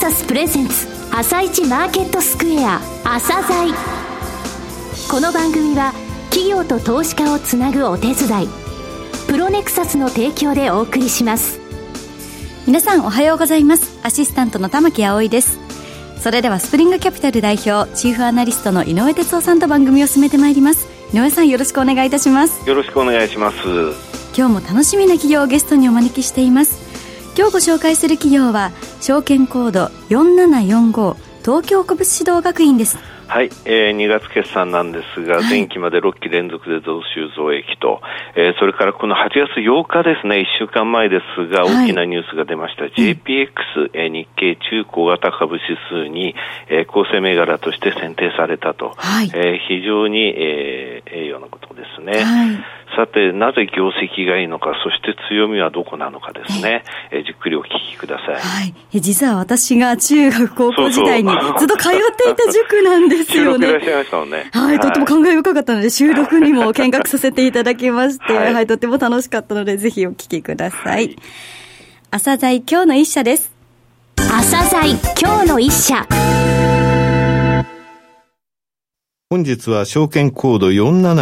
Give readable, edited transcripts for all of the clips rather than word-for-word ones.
サスプレゼンツ朝市マーケットスクエア朝鮮。この番組は企業と投資家をつなぐお手伝いプロネクサスの提供でお送りします。 皆さんおはようございます。アシスタントの玉木葵です。それではスプリングキャピタル代表チーフアナリストの井上哲夫さんと番組を進めてまいります。井上さん、よろしくお願いいたします。 よろしくお願いします。 今日も楽しみな企業をゲストにお招きしています。今日ご紹介する企業は証券コード4745東京古物指導学院です。 はい、2月決算なんですが、前期まで6期連続で増収増益と、それからこの8月8日ですね、1週間前ですが、大きなニュースが出ました、JPX、日経中小型株指数に、構成銘柄として選定されたと、非常に、栄誉なことですね。さて、なぜ業績がいいのか、そして強みはどこなのかですね、じっくりお聞きください。 実は私が中学高校時代にずっと通っていた塾なんですよね。 収録いらっしゃいましたもんね。 とっても感慨深かったので、収録にも見学させていただきまして、とっても楽しかったので、ぜひお聞きください。朝鮮今日の一社です。 朝鮮今日の一社。 本日は証券コード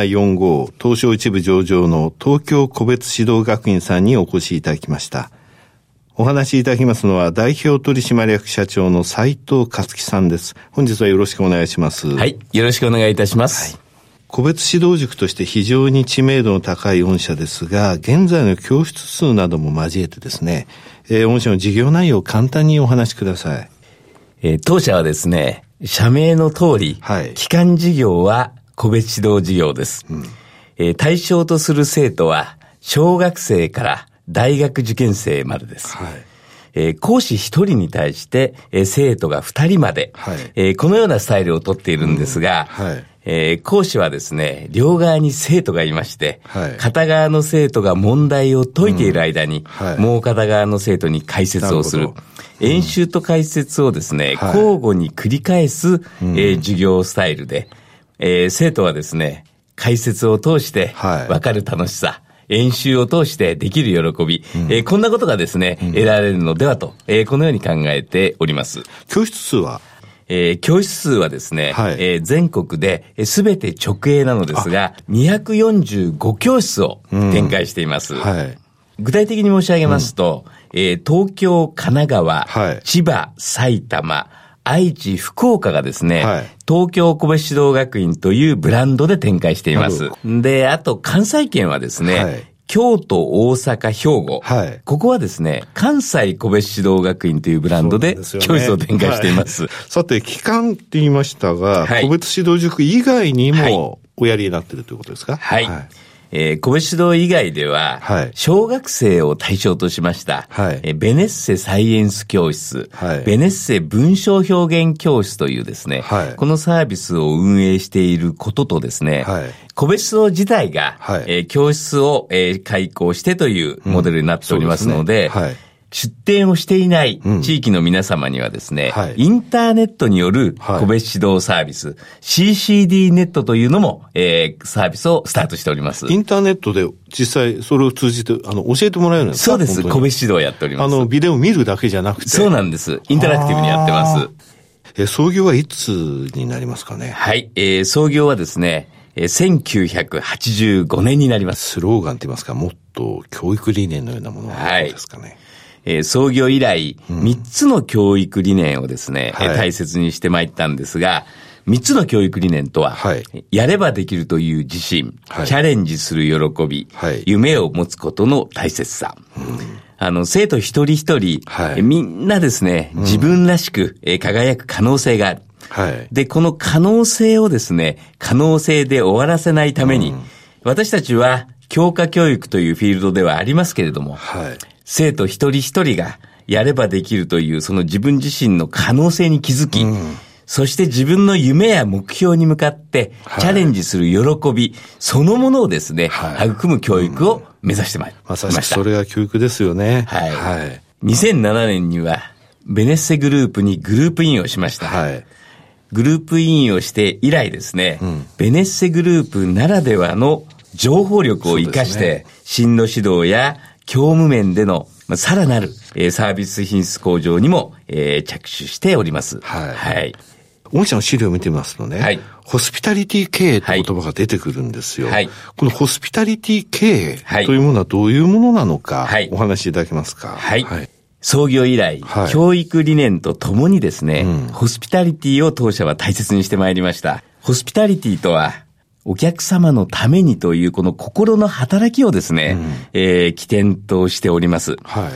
4745東証一部上場の東京個別指導学院さんにお越しいただきました。お話しいただきますのは代表取締役社長の斉藤勝樹さんです。本日はよろしくお願いします。 はい、よろしくお願いいたします。 個別指導塾として非常に知名度の高い御社ですが、現在の教室数なども交えてですね、御社の事業内容を簡単にお話しください。 当社はですね、社名の通り、基幹事業は個別指導事業です。対象とする生徒は小学生から大学受験生までです。講師1人に対して、生徒が2人まで、このようなスタイルをとっているんですが、講師はですね、両側に生徒がいまして、片側の生徒が問題を解いている間に、もう片側の生徒に解説をする。演習と解説をですね、交互に繰り返す、授業スタイルで、生徒はですね、解説を通して分かる楽しさ、演習を通してできる喜び、こんなことがですね、得られるのではと、このように考えております。 教室数は教室数はですね、全国で全て直営なのですが、245教室を展開しています。具体的に申し上げますと、東京、神奈川、千葉、埼玉、愛知、福岡がですね、東京個別指導学院というブランドで展開しています。で、あと関西圏はですね、京都、大阪、兵庫、ここはですね、関西個別指導学院というブランドで教室を展開しています。 さて、期間って言いましたが、個別指導塾以外にもおやりになっているということですか？ 個別指導以外では、小学生を対象としました、ベネッセサイエンス教室、ベネッセ文章表現教室というですね、このサービスを運営していることとですね、個別指導自体が、教室を、開講してというモデルになっておりますので、出展をしていない地域の皆様にはですね、インターネットによる個別指導サービス、CCD ネットというのも、サービスをスタートしております。 インターネットで実際それを通じて教えてもらえるんですか？ そうです。個別指導をやっております。 ビデオ見るだけじゃなくて。 そうなんです。インタラクティブにやってます。 創業はいつになりますかね？ 創業はですね、1985年になります。 スローガンといいますか、もっと教育理念のようなものはあるんですかね？ 創業以来、3つの教育理念をですね、大切にしてまいったんですが、3つの教育理念とは、やればできるという自信、チャレンジする喜び、夢を持つことの大切さ。生徒一人一人、みんなですね、自分らしく、輝く可能性がある。で、この可能性をですね、可能性で終わらせないために、私たちは教科教育というフィールドではありますけれども、生徒一人一人がやればできるというその自分自身の可能性に気づき、そして自分の夢や目標に向かってチャレンジする喜び、そのものをですね、育む教育を目指してまいりました。 まさしくそれが教育ですよね。 2007年にはベネッセグループにグループインをしました。グループインをして以来ですね、ベネッセグループならではの情報力を生かして、進路指導や教務面でのさらなる、サービス品質向上にも、着手しております。 はい。 はい。 御社の資料を見てますとね、はい、ホスピタリティ経営って言葉が出てくるんですよ。はい、このホスピタリティ経営というものはどういうものなのか、はい、お話しいただけますか。 はい。はい、創業以来、はい、教育理念とともにですね、ホスピタリティを当社は大切にしてまいりました。ホスピタリティとは、お客様のためにというこの心の働きをですね、起点としております。はい。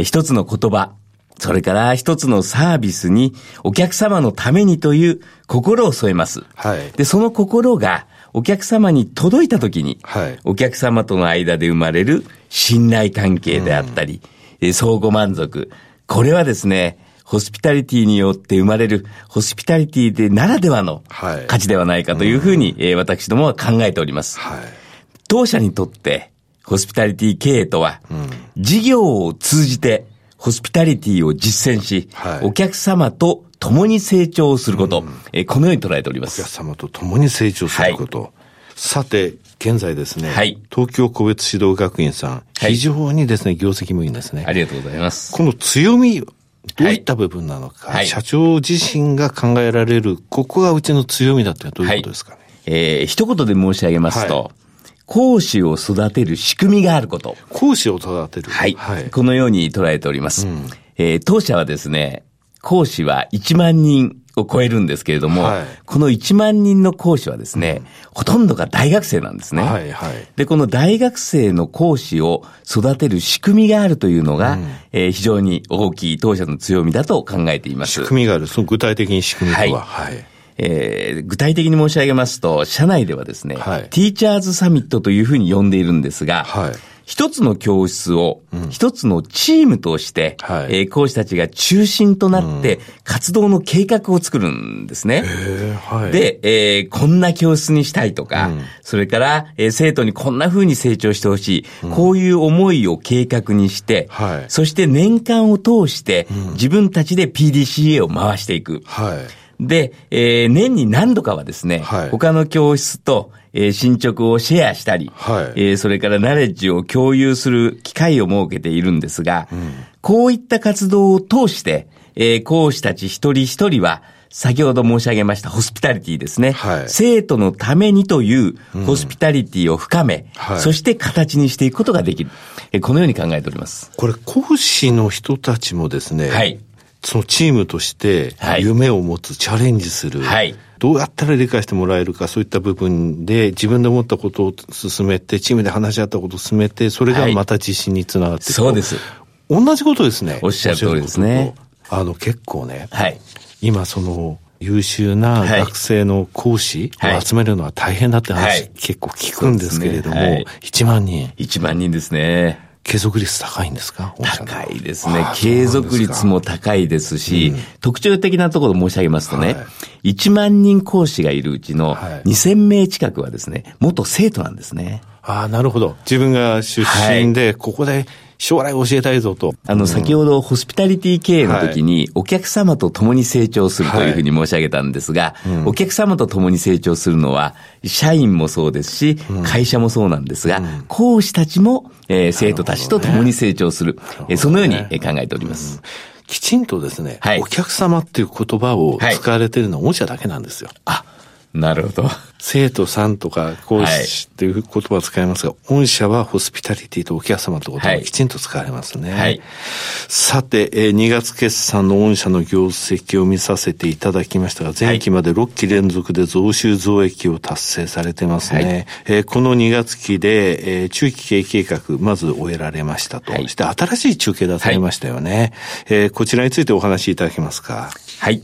一つの言葉、それから一つのサービスにお客様のためにという心を添えます。はい。で、その心がお客様に届いたときに、はい。お客様との間で生まれる信頼関係であったり、相互満足。これはですね、ホスピタリティによって生まれるホスピタリティでならではの価値ではないかというふうに、私どもは考えております。はい。当社にとってホスピタリティ経営とは、事業を通じてホスピタリティを実践し、はい、お客様と共に成長すること、このように捉えております。 お客様と共に成長すること。はい、さて、現在ですね、はい、東京個別指導学院さん、非常にですね、業績もいいんですね。 ありがとうございます。 この強み、どういった部分なのか、はい、社長自身が考えられる、ここがうちの強みだってどういうことですかね。 はい、一言で申し上げますと、はい、講師を育てる仕組みがあること。 講師を育てる。 はい。はい、このように捉えております。当社はですね、講師は1万人を超えるんですけれども、はい、この1万人の講師はですね、ほとんどが大学生なんですね。はいはい、で、この大学生の講師を育てる仕組みがあるというのが、非常に大きい当社の強みだと考えています。 仕組みがある。その具体的に仕組みとは。はい。 具体的に申し上げますと、社内ではですね、はい、ティーチャーズサミットというふうに呼んでいるんですが、はい、一つの教室を一つのチームとして、講師たちが中心となって活動の計画を作るんですね。はい、で、こんな教室にしたいとか、それから、生徒にこんな風に成長してほしい、こういう思いを計画にして、そして年間を通して自分たちで PDCA を回していく。で、年に何度かはですね、他の教室と進捗をシェアしたり、それからナレッジを共有する機会を設けているんですが、こういった活動を通して、講師たち一人一人は、先ほど申し上げましたホスピタリティですね。生徒のためにというホスピタリティを深め、そして形にしていくことができる。このように考えております。 これ、講師の人たちもですね、そのチームとして夢を持つ、チャレンジする、どうやったら理解してもらえるか、そういった部分で自分で思ったことを進めて、チームで話し合ったことを進めて、それがまた自信につながっていく。 そうです。 同じことですね。 おっしゃる通りですね。 結構ね、今その優秀な学生の講師を集めるのは大変だって話、結構聞くんですけれども、1万人。 1万人ですね。 継続率高いんですか？ 高いですね。継続率も高いですし、特徴的なところを申し上げますとね、1万人講師がいるうちの2000名近くはですね、元生徒なんですね。 なるほど。自分が出身で、ここで将来教えたいぞと。 先ほどホスピタリティ経営の時に、お客様と共に成長するというふうに申し上げたんですが、お客様と共に成長するのは、社員もそうですし、会社もそうなんですが、講師たちも、生徒たちと共に成長する。そのように考えております。 きちんとですね、お客様っていう言葉を使われているのは御社だけなんですよ。 なるほど。 生徒さんとか講師っていう言葉を使いますが、御社はホスピタリティとお客様という言葉をきちんと使われますね。さて、2月決算の御社の業績を見させていただきましたが、前期まで6期連続で増収増益を達成されてますね。この2月期で、中期経営計画、まず終えられましたと。そして新しい中継出されましたよね。こちらについてお話しいただけますか？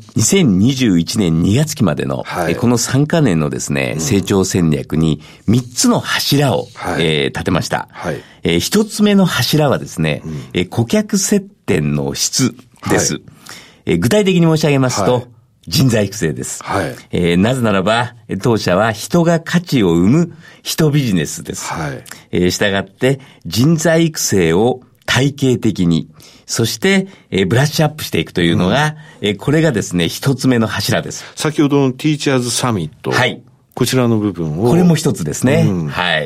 2021年2月期までの、この3カ年のですね、成長戦略に3つの柱を、立てました。1つ目の柱はですね、顧客接点の質です。具体的に申し上げますと、人材育成です。なぜならば、当社は人が価値を生む人ビジネスです。したがって、人材育成を体系的に、そして、ブラッシュアップしていくというのが、これがですね、一つ目の柱です。 先ほどのティーチャーズサミット。こちらの部分を。 これも一つですね。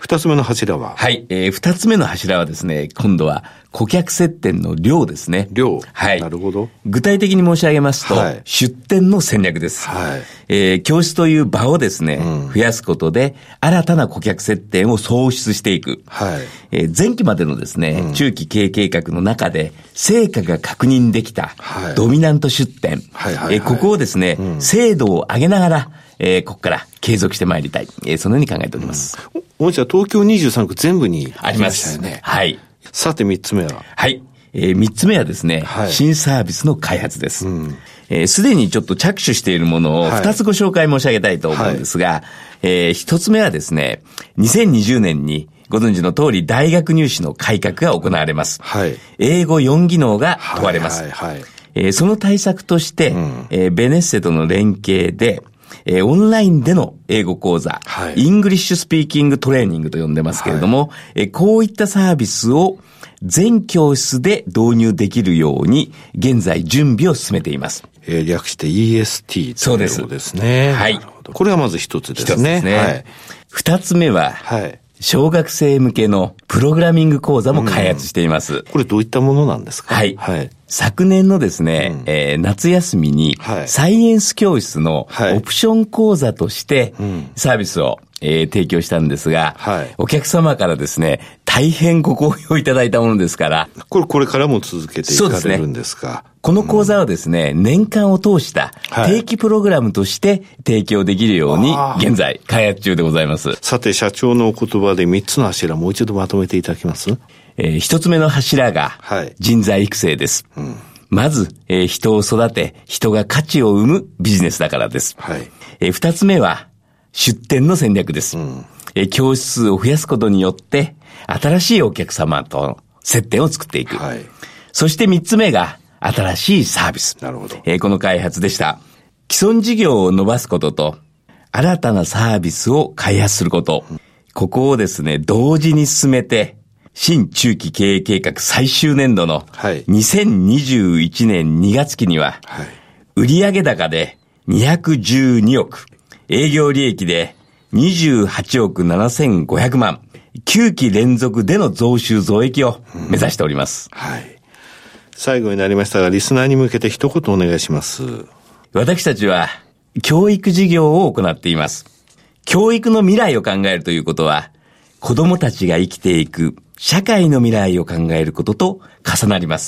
二つ目の柱は？ はい。二つ目の柱はですね、今度は顧客接点の量ですね。 量。 はい。 なるほど。 具体的に申し上げますと、 はい、 出店の戦略です。 はい。 教室という場をですね、増やすことで、新たな顧客接点を創出していく。 はい。 前期までのですね、中期経営計画の中で、成果が確認できた、ドミナント出店。 はいはいはい、 ここをですね、精度を上げながら、ここから継続してまいりたい。そのように考えております。 じゃあ東京23区全部にありましたよね。はい。 さて3つ目は？ はい。3つ目はですね、はい、新サービスの開発です。すでにちょっと着手しているものを2つご紹介申し上げたいと思うんですが、1つ目はですね、2020年にご存知の通り大学入試の改革が行われます。 はい、 英語4技能が問われます。 はいはいはい、 その対策として、ベネッセとの連携で、オンラインでの英語講座、はい、イングリッシュスピーキングトレーニングと呼んでますけれども、はい、こういったサービスを全教室で導入できるように現在準備を進めています。 略して EST ということですね。 はい。 これがまず一つですね。 一つですね。はい。二つ目は、はい、小学生向けのプログラミング講座も開発しています。 これどういったものなんですか？ はい。はい、昨年のですね、夏休みに、サイエンス教室のオプション講座としてサービスを、提供したんですが、お客様からですね、大変ご好評いただいたものですから。 これからも続けていかれるんですか？ この講座はですね、年間を通した定期プログラムとして提供できるように現在開発中でございます。 さて、社長のお言葉で3つの柱もう一度まとめていただけます？ 一つ目の柱が人材育成です。まず、人を育て、人が価値を生むビジネスだからです。二つ目は出店の戦略です。教室数を増やすことによって、新しいお客様と接点を作っていく。そして三つ目が新しいサービス。 なるほど。 この開発でした。既存事業を伸ばすことと、新たなサービスを開発すること。ここをですね、同時に進めて、新中期経営計画最終年度の2021年2月期には、売上高で212億、営業利益で28億7500万、9期連続での増収増益を目指しております。 はい。最後になりましたが、リスナーに向けて一言お願いします。 私たちは教育事業を行っています。教育の未来を考えるということは、子供たちが生きていく社会の未来を考えることと重なります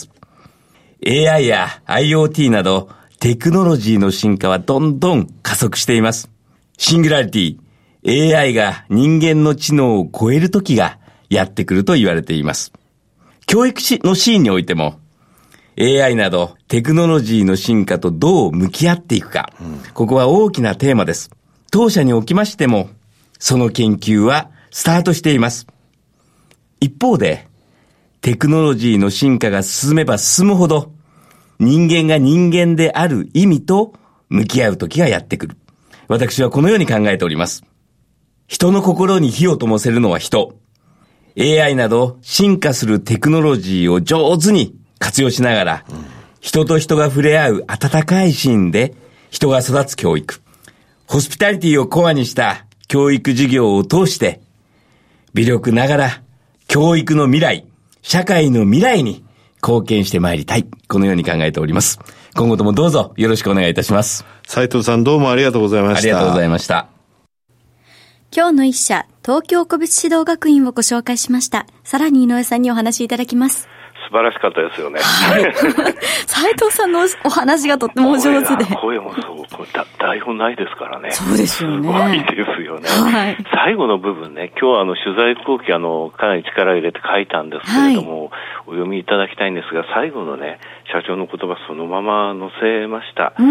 。AI や IoT などテクノロジーの進化はどんどん加速しています。シンギュラリティ、AI が人間の知能を超える時がやってくると言われています。教育のシーンにおいても AI などテクノロジーの進化とどう向き合っていくか、ここは大きなテーマです。当社におきましてもその研究はスタートしています。一方でテクノロジーの進化が進めば進むほど人間が人間である意味と向き合う時がやってくる。私はこのように考えております。人の心に火を灯せるのは人。AI など進化するテクノロジーを上手に活用しながら、人と人が触れ合う温かいシーンで人が育つ教育。ホスピタリティをコアにした教育事業を通して、微力ながら教育の未来、社会の未来に貢献してまいりたい。このように考えております。今後ともどうぞよろしくお願いいたします。 斉藤さん、どうもありがとうございました。 ありがとうございました。 今日の一社、東京個別指導学院をご紹介しました。さらに井上さんにお話しいただきます。 素晴らしかったですよね。 はい。斉藤さんのお話がとってもお上手で。 声もそう、台本ないですからね。 そうですよね。 すごいですよね。 はい。 最後の部分ね、今日取材後期かなり力を入れて書いたんですけれども、お読みいただきたいんですが、最後のね、社長の言葉そのまま載せました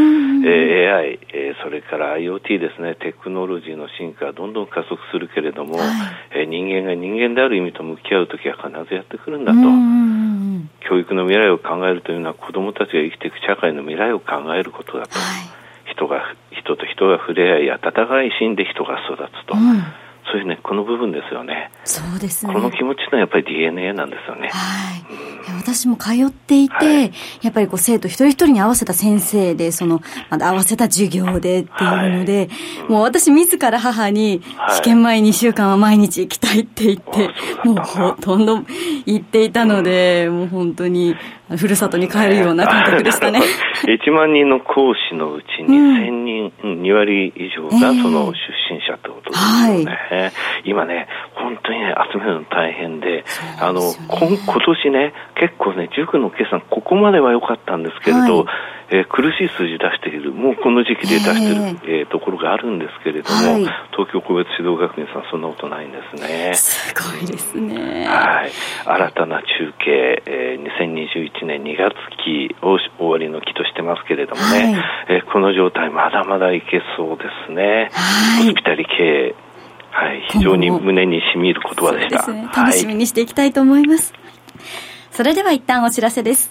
。AI、それから IoT ですね、テクノロジーの進化がどんどん加速するけれども、人間が人間である意味と向き合うときは必ずやってくるんだと。教育の未来を考えるというのは子どもたちが生きていく社会の未来を考えることだと。人と人が触れ合い、温かいシーンで人が育つと。そういうね、この部分ですよね。 そうですね。 この気持ちのやっぱり DNA なんですよね。 はい。 私も通っていて、はい、やっぱり生徒一人一人に合わせた先生で、また合わせた授業でっていうので、はい、もう私自ら母に、試験前2週間は毎日行きたいって言って、もうほとんど行っていたので、もう本当にふるさとに帰るような感覚でしたね。 1万人の講師のうちに1000人、2割以上がその出身者ってことですよね。はい、今ね、本当にね、集めるの大変で、今年ね、結構ね、塾の決算、ここまでは良かったんですけれど、苦しい数字出している、もうこの時期で出している、ところがあるんですけれども、はい、東京個別指導学院さん、そんなことないんですね。 すごいですね。 はい。新たな中継、2021年2月期を終わりの期としてますけれどもね、はい、この状態、まだまだいけそうですね。はい、ホスピタリ経営、はい、非常に胸に染み入る言葉でした。 そうですね。楽しみにしていきたいと思います。はい、それでは一旦お知らせです。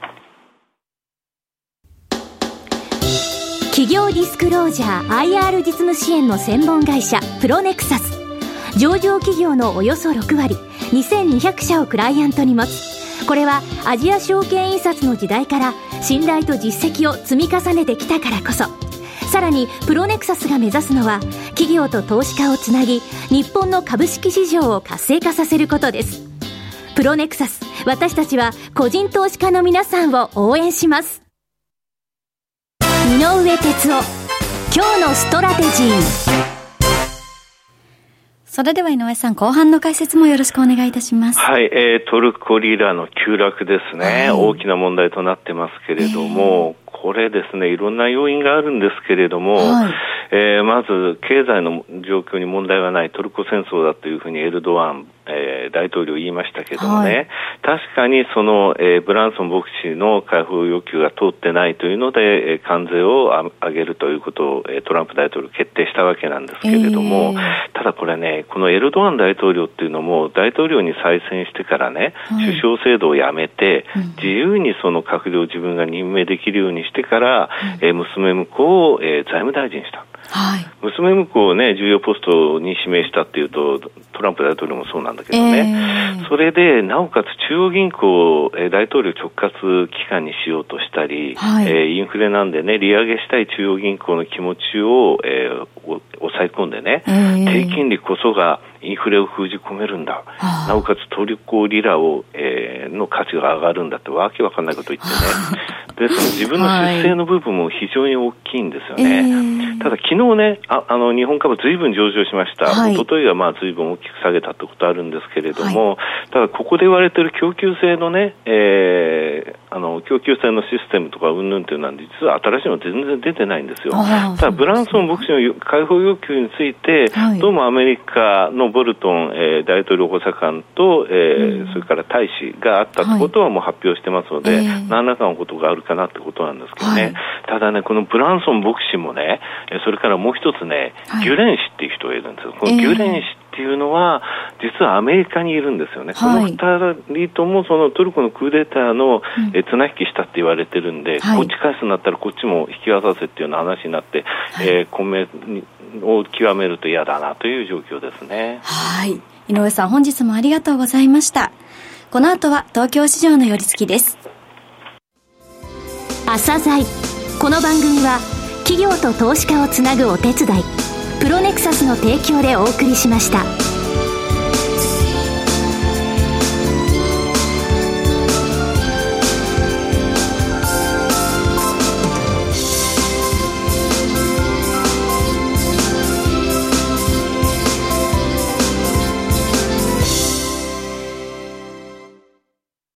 企業ディスクロージャー IR 実務支援の専門会社プロネクサス。上場企業のおよそ6割、2200社をクライアントに持つ。これはアジア証券印刷の時代から信頼と実績を積み重ねてきたからこそ。さらにプロネクサスが目指すのは、企業と投資家をつなぎ、日本の株式市場を活性化させることです。プロネクサス、私たちは個人投資家の皆さんを応援します。井上哲夫、今日のストラテジー。 それでは井上さん、後半の解説もよろしくお願いいたします。 はい、トルコリラの急落ですね、はい、大きな問題となってますけれども、これですね、いろんな要因があるんですけれども、はい、まず経済の状況に問題はないトルコ戦争だというふうにエルドアン、大統領言いましたけどもね、はい、確かにその、ブランソン牧師の解放要求が通ってないというので、関税を上げるということを、トランプ大統領決定したわけなんですけれども、ただこれね、このエルドアン大統領っていうのも大統領に再選してからね、はい、首相制度をやめて、自由にその閣僚を自分が任命できるようにしてから、娘婿を、財務大臣にした。はい、娘婿をね、重要ポストに指名したっていうと、トランプ大統領もそうなんだけどね、それでなおかつ中央銀行を、大統領直轄機関にしようとしたり、はい、インフレなんでね、利上げしたい中央銀行の気持ちを、抑え込んでね、低金利こそがインフレを封じ込めるんだ、なおかつトルコリラを、の価値が上がるんだってわけわかんないこと言ってねで、その自分の出世の部分も非常に大きいんですよね。ただ昨日ね、日本株ずいぶん上昇しました。一昨日はまあずいぶん大きく下げたってことあるんですけれども、ただここで言われている供給性のね、供給性のシステムとか云々というのは実は新しいの全然出てないんですよ。ただブランソン牧師の解放要求について、どうもアメリカのボルトン、大統領補佐官と、それから大使があったということはもう発表してますので、何らかのことがあるかなってことなんですけどね、ただね、このブランソン牧師もね、それからもう一つね、ギュレン氏っていう人がいるんですよ。このギュレン氏っていうのは実はアメリカにいるんですよね。この二人ともそのトルコのクーデターの、綱引きしたって言われてるんで、こっち返すんだったらこっちも引き渡せっていうような話になって、混迷を極めると嫌だなという状況ですね。 はい、井上さん、本日もありがとうございました。この後は東京市場の寄り付きです。 朝鮮、この番組は企業と投資家をつなぐお手伝い、プロネクサスの提供でお送りしました。